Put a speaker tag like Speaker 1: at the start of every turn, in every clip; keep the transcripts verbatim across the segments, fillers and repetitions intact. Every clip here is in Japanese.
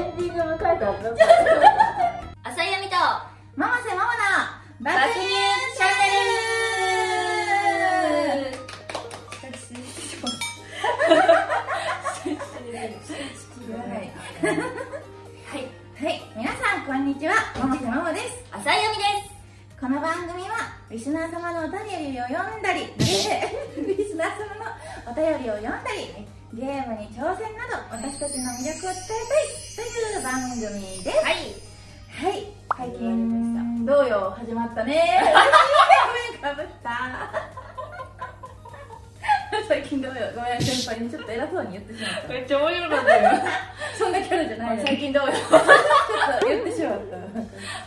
Speaker 1: エンディング迎えたら
Speaker 2: 浅井亜美と
Speaker 1: ママせママの爆乳チャンネル。はい、はい、皆さんこんにちは、ママせママです。
Speaker 2: 浅井亜美です。
Speaker 1: この番組はリスナー様のお便りを読んだりリスナー様のお便りを読んだりゲームに挑戦など私たちの魅力を伝えたいという番組です。
Speaker 2: はい
Speaker 1: はい、最近どうよ始まったね。ごめんかぶった最近どうよ、ごめん先輩にちょっと偉そうに言ってしまった。
Speaker 2: めっちゃ面白かったよ。
Speaker 1: そんなキャラじゃないの。
Speaker 2: 最近どうよ
Speaker 1: ちょっと言ってしまった。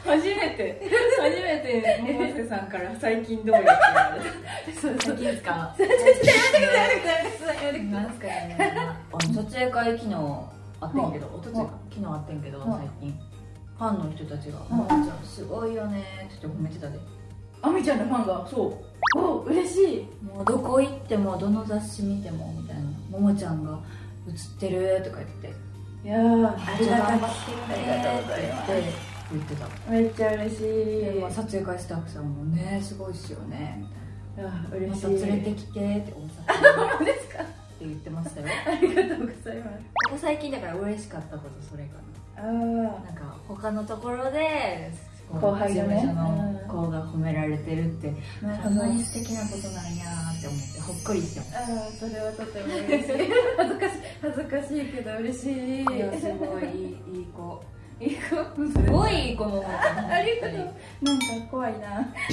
Speaker 2: 初めて初めて百瀬さんから最近どうよって言われた。
Speaker 1: そう
Speaker 2: 最近ですか。
Speaker 1: ちょっとやめてください、やめてください、やめてください。
Speaker 2: なんすかね。あの撮影会昨日あってんけど、おとついか昨日あってんけど、最近ファンの人たちが「ママちゃんすごいよね」って言って褒めてたで。
Speaker 1: あみちゃんのファンが。そう、お嬉しい。
Speaker 2: もうどこ行ってもどの雑誌見てもみたいな、ももちゃんが写ってるとか言って、
Speaker 1: いやー
Speaker 2: ありがとうございます。
Speaker 1: ありがとうございます
Speaker 2: って言ってた。
Speaker 1: めっちゃ嬉しい。
Speaker 2: で撮影会スタッフさんもね、すごいっすよねみたいな。
Speaker 1: あ嬉しい。
Speaker 2: また連れてきてって大阪
Speaker 1: にですか
Speaker 2: って言ってましたよ。
Speaker 1: ありがとうございます。
Speaker 2: ここ最近だから嬉しかったことそれかな。
Speaker 1: ああ、
Speaker 2: なんか他のところで
Speaker 1: 後輩がね、
Speaker 2: 事務所の子が褒められてるって、
Speaker 1: うん、
Speaker 2: こんなに素敵なことなんやーって思ってほっこりしてます。
Speaker 1: ああ、それはとても嬉しい。恥ずかしい、恥ずかしいけど嬉しい。
Speaker 2: いや、すごいいい、いい子。
Speaker 1: いい子、
Speaker 2: すごいいい子も。
Speaker 1: ありがとう。なんか怖いな。
Speaker 2: なんで？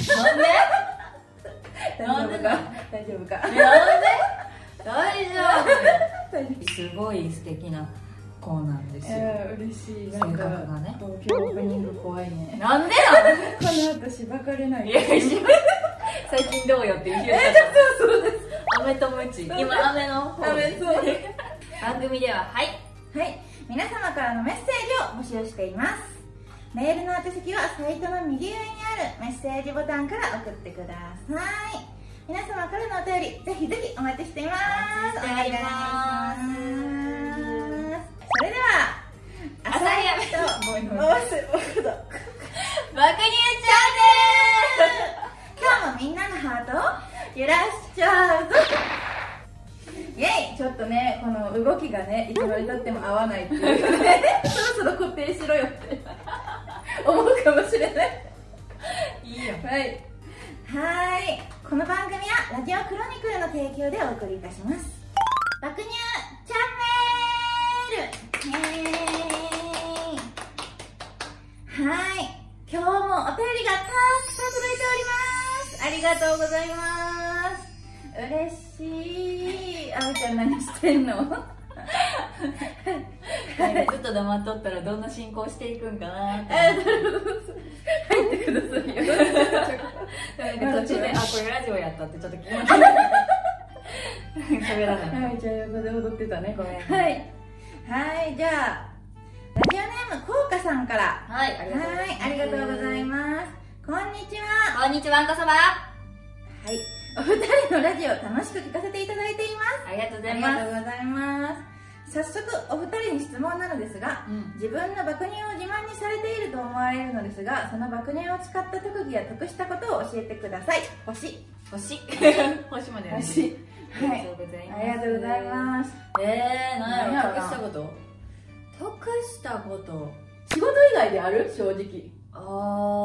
Speaker 1: 大丈夫か？大丈夫か？
Speaker 2: なんで？大丈夫。すごい素敵な子なんですよ。
Speaker 1: 嬉しい。
Speaker 2: 性格がね。
Speaker 1: 今日オープニング怖いね。
Speaker 2: なんでなの？
Speaker 1: この後しばかれない。
Speaker 2: いやいや、最近どうよって言う人。
Speaker 1: そうそうです。
Speaker 2: 飴とムチ。今飴の方。
Speaker 1: 飴そう。
Speaker 2: 番組でははい
Speaker 1: はい皆様からのメッセージを募集しています。メールの宛先はサイトの右上にあるメッセージボタンから送ってください。皆様からのお便りぜひぜひお待ちしています。
Speaker 2: お願いします。
Speaker 1: それでは
Speaker 2: 浅井亜美と
Speaker 1: ごめんごめん
Speaker 2: 爆乳チャンネル。
Speaker 1: 今日もみんなのハートを揺らしちゃうぞ。イェイ。ちょっとね、この動きがね、いつまでたっても合わないっていうねそろそろ固定しろよって思うかもしれない。
Speaker 2: いいよ。
Speaker 1: はいはい、この番組はラジオクロニクルの提供でお送りいたします。爆乳チャンネル。イエーイ。はい、今日もお便りがたくさん届いております。ありがとうございます。嬉しい。あみちゃん何してんの？
Speaker 2: ずっと黙っとったらどんな進行していくんかなって。
Speaker 1: 入ってくださいよ。
Speaker 2: 途中であこれラジオやったってちょっと気持ち悪い。喋らない。
Speaker 1: あみちゃん横で踊ってたね。ごめん。はいはい、じゃあラジオネームこうかさんから。
Speaker 2: はい、あ
Speaker 1: りがとうございます。こんにちは。
Speaker 2: こんにちは、んこそば。
Speaker 1: はい、お二人のラジオ楽しく聞かせていただいています。
Speaker 2: ありがとうござい
Speaker 1: あり
Speaker 2: ます。
Speaker 1: がとうございます。早速お二人に質問なのですが、うん、自分の爆乳を自慢にされていると思われるのですが、その爆乳を使った特技や得したことを教えてください。星
Speaker 2: 星星までやる。
Speaker 1: 星。
Speaker 2: はい、
Speaker 1: ありがとうございます。
Speaker 2: えー、何やろ、得したこと？得したこと。
Speaker 1: 仕事以外である？正直。
Speaker 2: あー、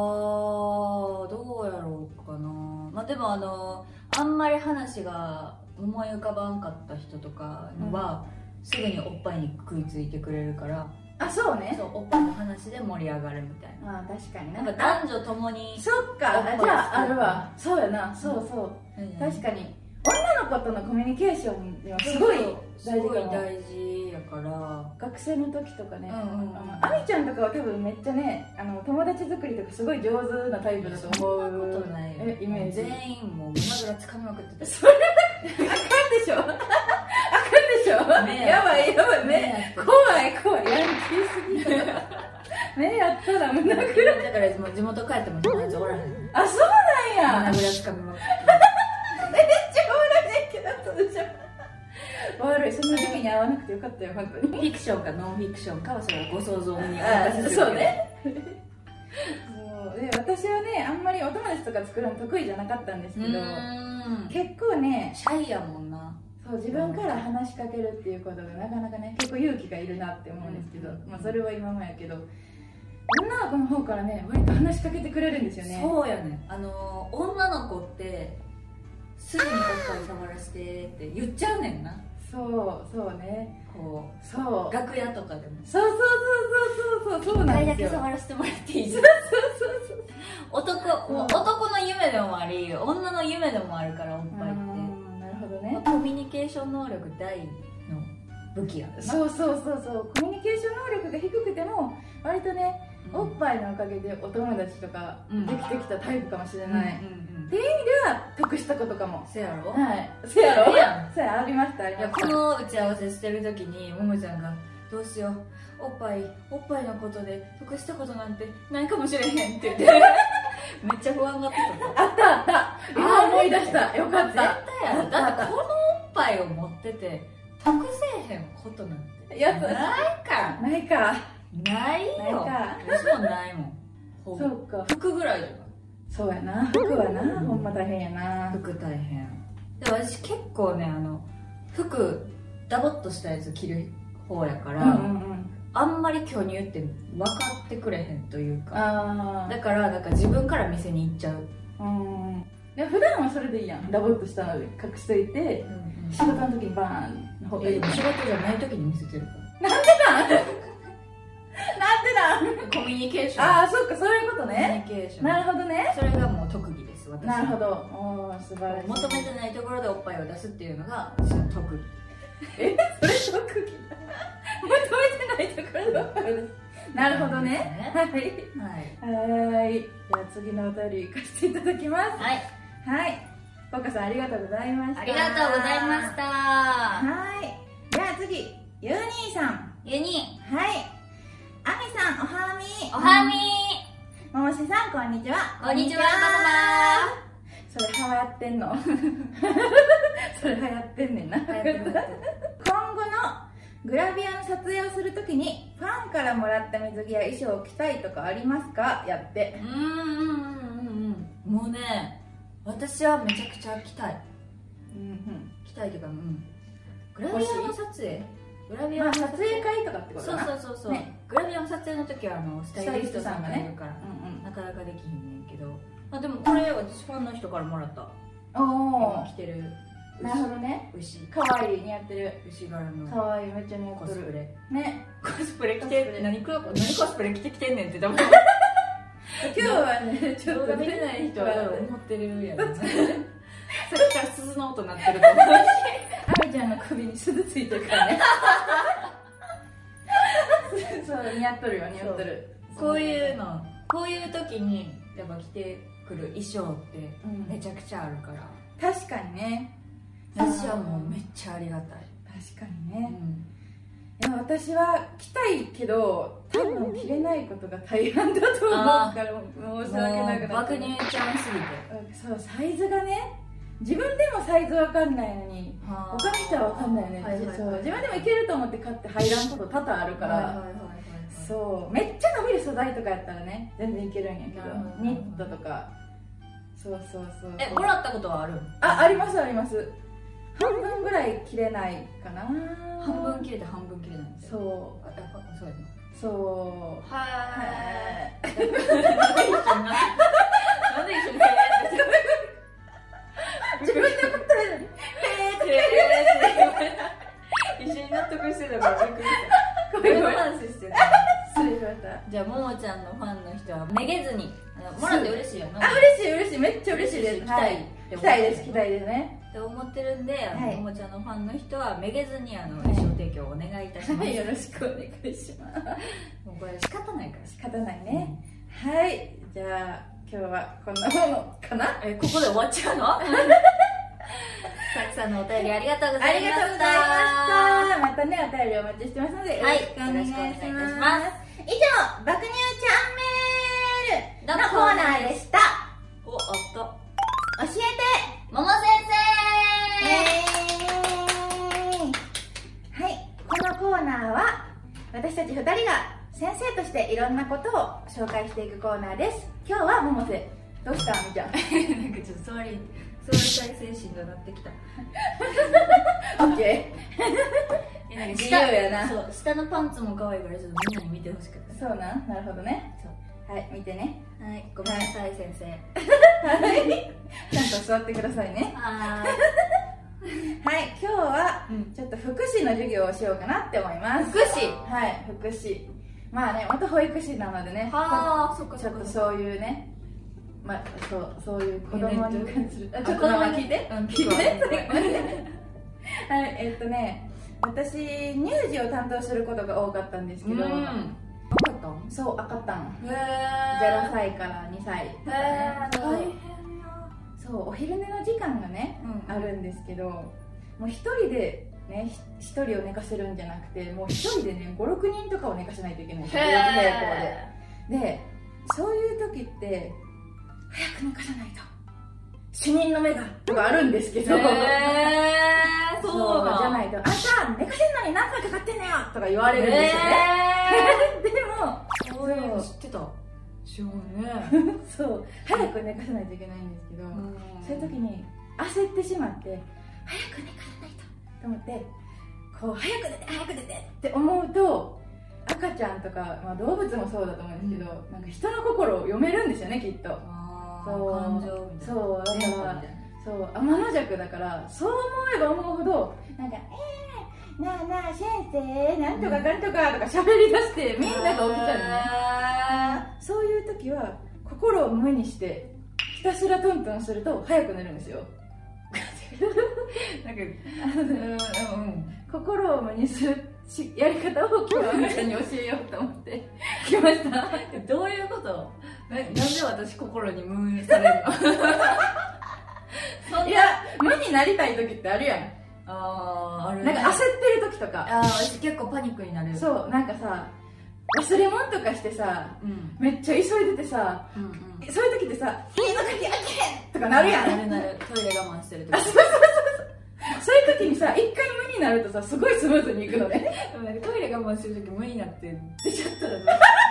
Speaker 2: どうやろうかな。まあでもあのあんまり話が思い浮かばんかった人とかには、うん、すぐにおっぱいに食いついてくれるから。
Speaker 1: あ、そうね。
Speaker 2: そう、おっぱいの話で盛り上がるみたいな。
Speaker 1: あ、確かに
Speaker 2: なんか男女ともに。
Speaker 1: そっか、じゃああるわ。そうやな、そうそう、うん、確かに女の子とのコミュニケーションにはすごい大事かも。すごい大
Speaker 2: 事やから。
Speaker 1: 学生の時とかね、
Speaker 2: うんうん、
Speaker 1: あみちゃんとかは多分めっちゃね、あの友達作りとかすごい上手なタイプだと思う。
Speaker 2: そんなことないよ。
Speaker 1: イメージ。
Speaker 2: 全員もう胸ぐらつかみまくってて。
Speaker 1: それあかんでしょ。あかんでしょ。やばいやばい、目怖い怖い、ヤンキーすぎる。目やったら胸ぐら。だ
Speaker 2: から地元帰っても友達おらへん。
Speaker 1: あ、そうなんや。
Speaker 2: 胸ぐらつかみまくって。
Speaker 1: めっちゃおらへんけど、そうでしょ。 悪い、そんな時期に会わなくてよかったよ本当に。
Speaker 2: フィクションかノンフィクションかはそれはご想像にお任せするけど。
Speaker 1: そうねそうで、私はねあんまりお友達とか作るの得意じゃなかったんですけど、結構ね
Speaker 2: シャイやもんな。
Speaker 1: そう自分から話しかけるっていうことがなかなかね結構勇気がいるなって思うんですけど、まあ、それは今もやけど女の子の方からね割と話しかけてくれるんですよね。
Speaker 2: そうやね、あの女の子ってすぐにおっぱい触らせてって言っちゃうねんな。
Speaker 1: そうそうね、
Speaker 2: こう
Speaker 1: そう
Speaker 2: 楽屋とかでも
Speaker 1: そうそうそうそうそうそうそうなんですよ。
Speaker 2: 一回だけ触らせてもらっていい？
Speaker 1: そうそうそうそう、
Speaker 2: 男もう男の夢でもあり女の夢でもあるからおっぱいって。
Speaker 1: なるほどね。
Speaker 2: コミュニケーション能力大の武器やな。
Speaker 1: そうそうそうそう、コミュニケーション能力が低くても割とね、うん、おっぱいのおかげでお友達とかできてきたタイプかもしれない、うんうんうん、っていう意味では得したことかも。
Speaker 2: せやろ、
Speaker 1: はい、せやろ、せや、ありましたありました。
Speaker 2: いや、この打ち合わせしてる時にももちゃんがどうしよう、おっぱいおっぱいのことで得したことなんてないかもしれへんって言ってめっちゃ不安がってた。
Speaker 1: あったあった、今思い出した、よかった。絶
Speaker 2: 対やろ、だってこのおっぱいを持ってて得せえへんことなんて
Speaker 1: や
Speaker 2: ないか
Speaker 1: ないか
Speaker 2: ないよ。
Speaker 1: ないか、
Speaker 2: 私もないもん。
Speaker 1: そうか、
Speaker 2: 服ぐらいだよ。
Speaker 1: そうやな、服はな、ほんま大変やな。
Speaker 2: 服大変で、私結構ね、あの服ダボっとしたやつ着る方やから、うんうんうん、あんまり巨乳って分かってくれへんというか、あだからなんか自分から店に行っちゃう。うん、
Speaker 1: で普段はそれでいいやん、ダボっとしたので隠しといて、うんうん、仕事の時にバーンの方がいい。
Speaker 2: 仕事じゃない時に見せてるから。
Speaker 1: なんでなんなんでなん
Speaker 2: コミュニケーション。
Speaker 1: ああ、そっか、そういうことね。
Speaker 2: コミュニケーション。
Speaker 1: なるほどね。
Speaker 2: それがもう特技です、私。
Speaker 1: なるほど。おー、素晴らしい。
Speaker 2: 求めてないところでおっぱいを出すっていうのが私の特技。
Speaker 1: え、それ特技だ。求めてないところでおっぱいを出す。なるほどね。はい。はい。はい。じゃあ次のお便り行かせていただきます。はい。はい。ポカさんありがとうございました。
Speaker 2: ありがとうございました。
Speaker 1: はい。じゃあ次、ゆうにーさん。
Speaker 2: ゆうに
Speaker 1: ー。はい。あみさん、おはみー。
Speaker 2: おはみ
Speaker 1: ー。ももしさん、こんにちは。
Speaker 2: こんにちは。
Speaker 1: それ流行ってんのそれ流行ってんねんな。今後のグラビアの撮影をするときにファンからもらった水着や衣装を着たいとかありますか？やって。
Speaker 2: うんうんうんうんうん。もうね、私はめちゃくちゃ着たい。うんうん。着たいというか、うん。グラビアの撮影？グラビアの
Speaker 1: 撮影会とかってことかな。
Speaker 2: そうそうそうそう、ね、グラビアの撮影の時はあのスタイリストさんがいるから、ね、うんうん、なかなかできひんねんけど、まあ、でもこれ私ファンの人からもらった。おお、着てる。
Speaker 1: なるほどね。
Speaker 2: 牛、
Speaker 1: かわいい、似合ってる。
Speaker 2: 牛柄の
Speaker 1: かわいい、めっちゃ似合ってる。
Speaker 2: コスプレ
Speaker 1: ね、
Speaker 2: コスプレ着て、何コスプレ着てきてんねんって多分
Speaker 1: 今日はね、ちょっと
Speaker 2: 見てない人は思ってるやんさっきから鈴の音鳴ってると思うし
Speaker 1: あみちゃんの首に鈴ついてるからねそう似合っとるよ、似合っとる。
Speaker 2: こういうの、こういう時にやっぱ着てくる衣装ってめちゃくちゃあるから、
Speaker 1: うん、確かにね。
Speaker 2: 私はもうめっちゃありがたい。
Speaker 1: 確かにね、うん、いや私は着たいけど多分着れないことが大半だと思うから申し訳なくなって、
Speaker 2: 爆乳ちゃんすぎ
Speaker 1: て、そうサイズがね、自分でもサイズわかんないのに他の人はわかんないよね。自分でもいけると思って買って入らんこと多々あるから、そうめっちゃ伸びる素材とかやったらね全然いけるんやけど、ニットとか。そうそうそう。
Speaker 2: え、もらったことはある？
Speaker 1: あ、ありますあります。半分ぐらい切れないかな。
Speaker 2: 半分切れて半分切れないんですよ。
Speaker 1: そう。
Speaker 2: あ、やっぱそうやな。
Speaker 1: そう。
Speaker 2: はーい。なんで一緒になんで一緒に
Speaker 1: 自分で思ったらへー
Speaker 2: って一緒に納得してたからびっくりした。こういう話してた。
Speaker 1: 失礼しました。
Speaker 2: じゃあももちゃんのファンの人はめげずにもらって嬉しいよな。
Speaker 1: あ、嬉しい嬉しい、めっちゃ嬉しいです。
Speaker 2: 着たい。
Speaker 1: 着たいです、着たいですね。
Speaker 2: って思ってるんで、あのももちゃんのファンの人はめげずにあの衣装提供をお願いいたします。
Speaker 1: よろしくお願いします。
Speaker 2: もうこれ仕方ないから。
Speaker 1: 仕方ないね。はい、じゃあ今日はこんなものかな。
Speaker 2: え、ここで終わっちゃうの？たくさんのお便りありがとうございました。
Speaker 1: ありがとうございました。またね、お便りお待ちしてますのでよろしくお願いします。以上、爆乳チャンネルのコーナーでした。
Speaker 2: お、おっと。
Speaker 1: 教えて、
Speaker 2: もも先生。
Speaker 1: イエーイ。 先生としていろんなことを紹介していくコーナーです。今日は百瀬、どうしたみちゃん。
Speaker 2: なんかちょっと座り座りたい精神がなってきた。
Speaker 1: オッケー。自由やな。
Speaker 2: そう、下のパンツも可愛いからちょっとみんなに見てほしくて。
Speaker 1: そうなん、なるほどね。はい、見てね。
Speaker 2: はい、ごめんなさい、先生。
Speaker 1: はい、ちゃんと座ってくださいね。
Speaker 2: はい。
Speaker 1: はい、今日はちょっと福祉の授業をしようかなって思います。
Speaker 2: 福祉。
Speaker 1: はい、福祉。まあね、元保育士なのでね。
Speaker 2: はあ、そっか
Speaker 1: ちょっとそういうね。まあ、そう、そういう子供に関する。
Speaker 2: あ、
Speaker 1: ちょっと名前聞いて。聞いてね。はい、えっとね、私乳児を担当することが多かったんですけど。赤
Speaker 2: たん？
Speaker 1: そう、赤たん。
Speaker 2: へ
Speaker 1: ゼロさいからにさい。へ
Speaker 2: え、大変な。
Speaker 1: そう、お昼寝の時間がね、あるんですけど、もう一人でね、一人を寝かせるんじゃなくて、もう一人でね、ご、ろくにんとかを寝かせないといけないんですよ、同時並行で。で、そういう時って、早く寝かさないと主任の目がとかあるんですけど、へー、そうじゃないと、あんた寝かせんのに何回かかってんのよとか言われるんですよね。でも、
Speaker 2: そういうの知ってた。知らんね。
Speaker 1: そう、早く寝かさないといけないんですけど、そういう時に焦ってしまって、早く寝かさないとと思って、こう早く寝て早く寝てって思うと、赤ちゃんとか、まあ、動物もそうだと思うんですけど、うん、なんか人の心を読めるんですよね、きっと。
Speaker 2: あ、
Speaker 1: そう、
Speaker 2: 感情みたいな。
Speaker 1: そう、だからそう、天の弱だから、そう思えば思うほどなんか「えー、なあなあ先生なんとかかんとか」とか喋り出してみんなが起きたのね。そういう時は心を無にしてひたすらトントンすると早く寝るんですよ。なんかうん、心を無にするやり方を今日はあなたに教えようと思って来ました。
Speaker 2: どういうこと？な, なんで私心に無されるの？
Speaker 1: いや、無になりたい時ってあるやん。
Speaker 2: あー、ある
Speaker 1: ね。なんか焦ってる時とか。
Speaker 2: あー、私結構パニックになる。
Speaker 1: そう、なんかさ、忘れ物とかしてさ、うん、めっちゃ急いでてさ、うんうん、そういう時ってさ、家の鍵開けへんとかなるやん。
Speaker 2: なるなる。トイレ我慢してる時。
Speaker 1: そうそうそうそう。そういう時にさ、一回無になるとさ、すごいスムーズにいくのね。
Speaker 2: トイレ我慢してる時無になって出ちゃったらね。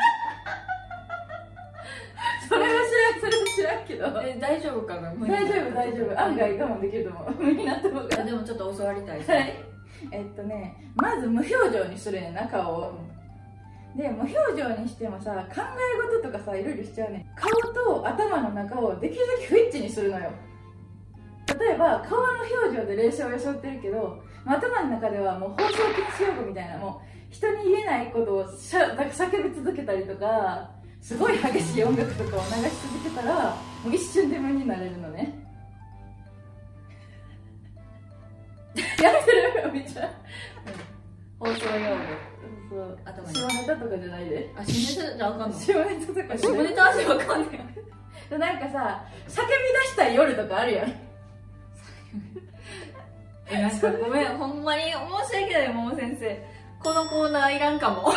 Speaker 1: それは知らん、それは知らんけど。
Speaker 2: え、大丈夫かな？
Speaker 1: 大丈夫、大丈夫。案外我慢できると思う。無になった方が。
Speaker 2: でもちょっと教わりたい。
Speaker 1: はい。えっとね、まず無表情にするねんな、顔を。で、無表情にしてもさ、考え事とかさ、いろいろしちゃうねん。顔と頭の中をできるだけ不一致にするのよ。例えば、顔の表情で霊障を装ってるけど、頭の中ではもう放送禁止用語みたいな、もう人に言えないことをしゃなんか叫び続けたりとか、すごい激しい音楽とかを流し続けたら、もう一瞬で無になれるのね。やってるめっちゃ。
Speaker 2: 放送用語。
Speaker 1: そう。頭に。下ネタとかじゃないで。
Speaker 2: あ、下ネタじゃあかんの？
Speaker 1: 下ネタとか。
Speaker 2: 下ネタはわかんない。
Speaker 1: なんかさ、叫び出したい夜とかあるやん。
Speaker 2: え、なんかごめん、ほんまに申し訳ない、もも先生。このコーナーいらんかも。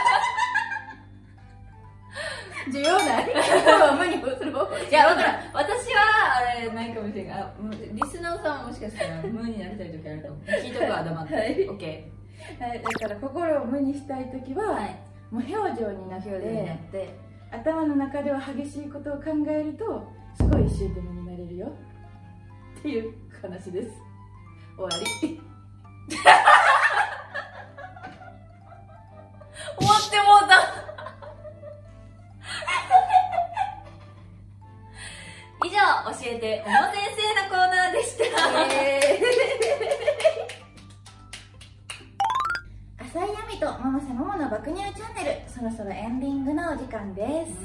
Speaker 1: 需要ない無にする方法。
Speaker 2: いや、わからん。私は、あれ、ないかもしれんが、リスナーさんはもしかしたら無になりたい時あると思う。聞いとくわ、黙って。はい。オッケ
Speaker 1: ー。はい、だから心を無にしたい時は、はい、無表情になって、なって頭の中では激しいことを考えると、すごい一瞬で無になれるよ。っていう話です。終わり。
Speaker 2: 終わってもうた。以上、教えておも先生のコーナーでした。
Speaker 1: 浅井亜美と百瀬桃の爆乳チャンネル、そろそろエンディングのお時間です。
Speaker 2: うん、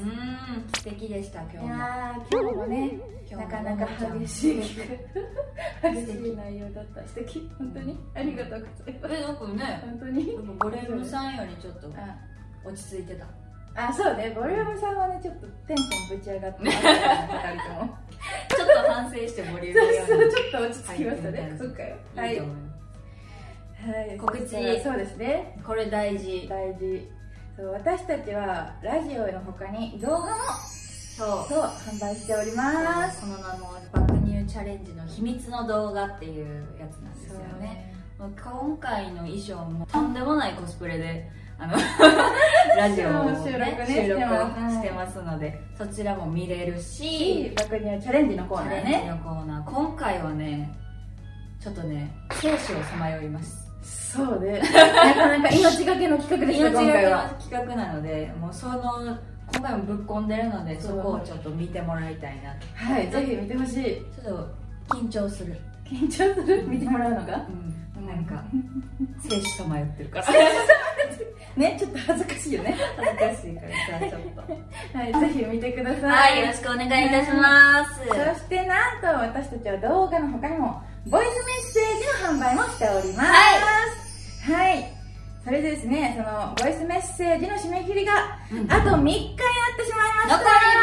Speaker 2: 素敵でした、今日も。いや
Speaker 1: ー、今日もね、なかなか激しい激しい内容だった。素敵、本当にありがとうございます。
Speaker 2: え、なんかね、
Speaker 1: 本当に
Speaker 2: ボリュームさんよりちょっと落ち着いてた。
Speaker 1: あ、そうね、ボリュームさんはね、ちょっとテンションぶち上がってますね、ふたりとも。
Speaker 2: ちょっと反省してボリューム
Speaker 1: そうそう、ちょっと落ち着きましたね、今回は。いいと思います。はい、
Speaker 2: 告知。
Speaker 1: そうですね、
Speaker 2: これ大事。
Speaker 1: 大事。そう、私たちはラジオの他に動画もそうそう販売しております。
Speaker 2: その名も爆乳チャレンジの秘密の動画っていうやつなんですよね。今回の衣装もとんでもないコスプレであのラジオを、ね、
Speaker 1: 収録ね
Speaker 2: 収録をしてますので、そちらも見れるし、
Speaker 1: 爆乳チャレンジのコーナーね。
Speaker 2: チャレンジのコーナー、今回はねちょっとね生死をさまよいます。
Speaker 1: そうで、なかなか命がけの企画でした。今回は
Speaker 2: 命がけの企画なので、もうその今回もぶっ込んでるので、そこをちょっと見てもらいたいなと。
Speaker 1: はい、ぜひ見てほしい。
Speaker 2: ちょっと緊張する。
Speaker 1: 緊張する、見てもらうのが、
Speaker 2: うん、なんか生死さまよってるから
Speaker 1: ね、ちょっと恥ずかしいよね。
Speaker 2: 恥ずかしいからさ、ちょっと
Speaker 1: はい、ぜひ見てください。
Speaker 2: はい、よろしくお願いいたします。
Speaker 1: そしてなんと私たちは動画の他にもボイスメッセージの販売もしております。はい、はい、それでですね、そのボイスメッセージの締め切りがあとみっかになってしまいました。
Speaker 2: 残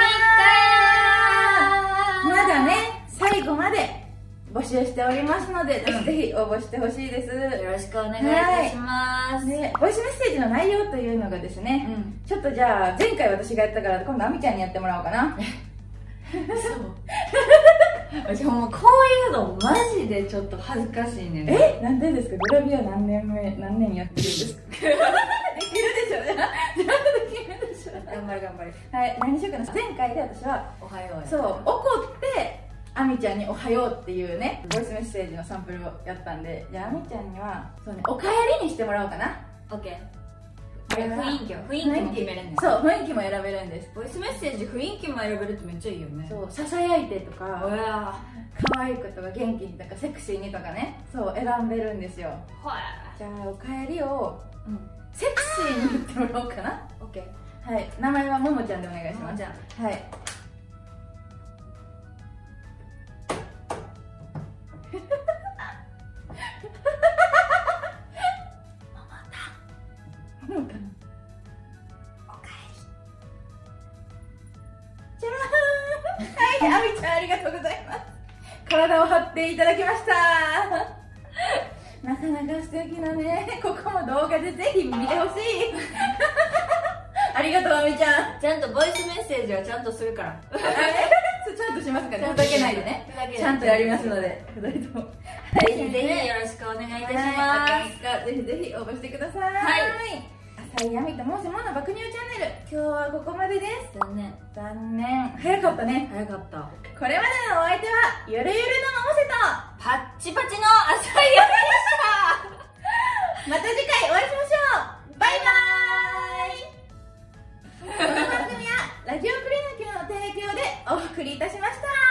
Speaker 2: りみっか。
Speaker 1: まだね、最後まで募集しておりますので、ぜひぜひ応募してほしいです。
Speaker 2: よろしくお願いいたします。
Speaker 1: で、ボイスメッセージの内容というのがですね、うん、ちょっとじゃあ前回私がやったから今度あみちゃんにやってもらおうかな。
Speaker 2: そう私ほんまこういうのマジでちょっと恥ずかしいねん。
Speaker 1: え、なんでですか？グラビア何年目、何年やってるんですか？できるでしょ。じゃあできるでしょ。
Speaker 2: 頑張れ頑張れ。
Speaker 1: はい、何しようかな。前回で私は
Speaker 2: おはよう、
Speaker 1: そう、怒ってあみちゃんにおはようっていうね、ボイスメッセージのサンプルをやったんで、じゃああみちゃんにはそうね、お帰りにしてもらおうかな。
Speaker 2: オッケー。これ雰囲気は雰囲気も決めれるんです。
Speaker 1: そう、雰囲気も選べるんです。
Speaker 2: ボイスメッセージ雰囲気も選べるってめっちゃいいよね。
Speaker 1: そう、ささやいてとか、
Speaker 2: うわ
Speaker 1: 可愛くとか元気にとかセクシーにとかね、そう選べるんですよ。
Speaker 2: はい。
Speaker 1: じゃあお帰りを、うん、セクシーに言ってもらおうかな。
Speaker 2: オッケ
Speaker 1: ー。はい、名前はももちゃんでお願いします。
Speaker 2: じゃ
Speaker 1: あ、はい。あみちゃんありがとうございます。体を張っていただきました。なかなか素敵なね、ここも動画でぜひ見てほしい。ありがとうあみちゃん。
Speaker 2: ちゃんとボイスメッセージはちゃんとするから。
Speaker 1: ちゃんとしますからね。ふざけないでね。ちゃんとやりますので。ふたりとも。
Speaker 2: ぜひぜひよろしくお願いいたします。
Speaker 1: ぜひぜひ応募してください。
Speaker 2: はい。
Speaker 1: 浅井亜美と申すもの爆乳チャンネル、今日はここまでです。
Speaker 2: 残念
Speaker 1: 残念。早かったね。
Speaker 2: 早かった。こ
Speaker 1: れまでのお相手はゆるゆるの百瀬と
Speaker 2: パッチパチの浅井亜美でした。
Speaker 1: また次回お会いしましょう。バイバーイ。この番組はラジオクリニックの提供でお送りいたしました。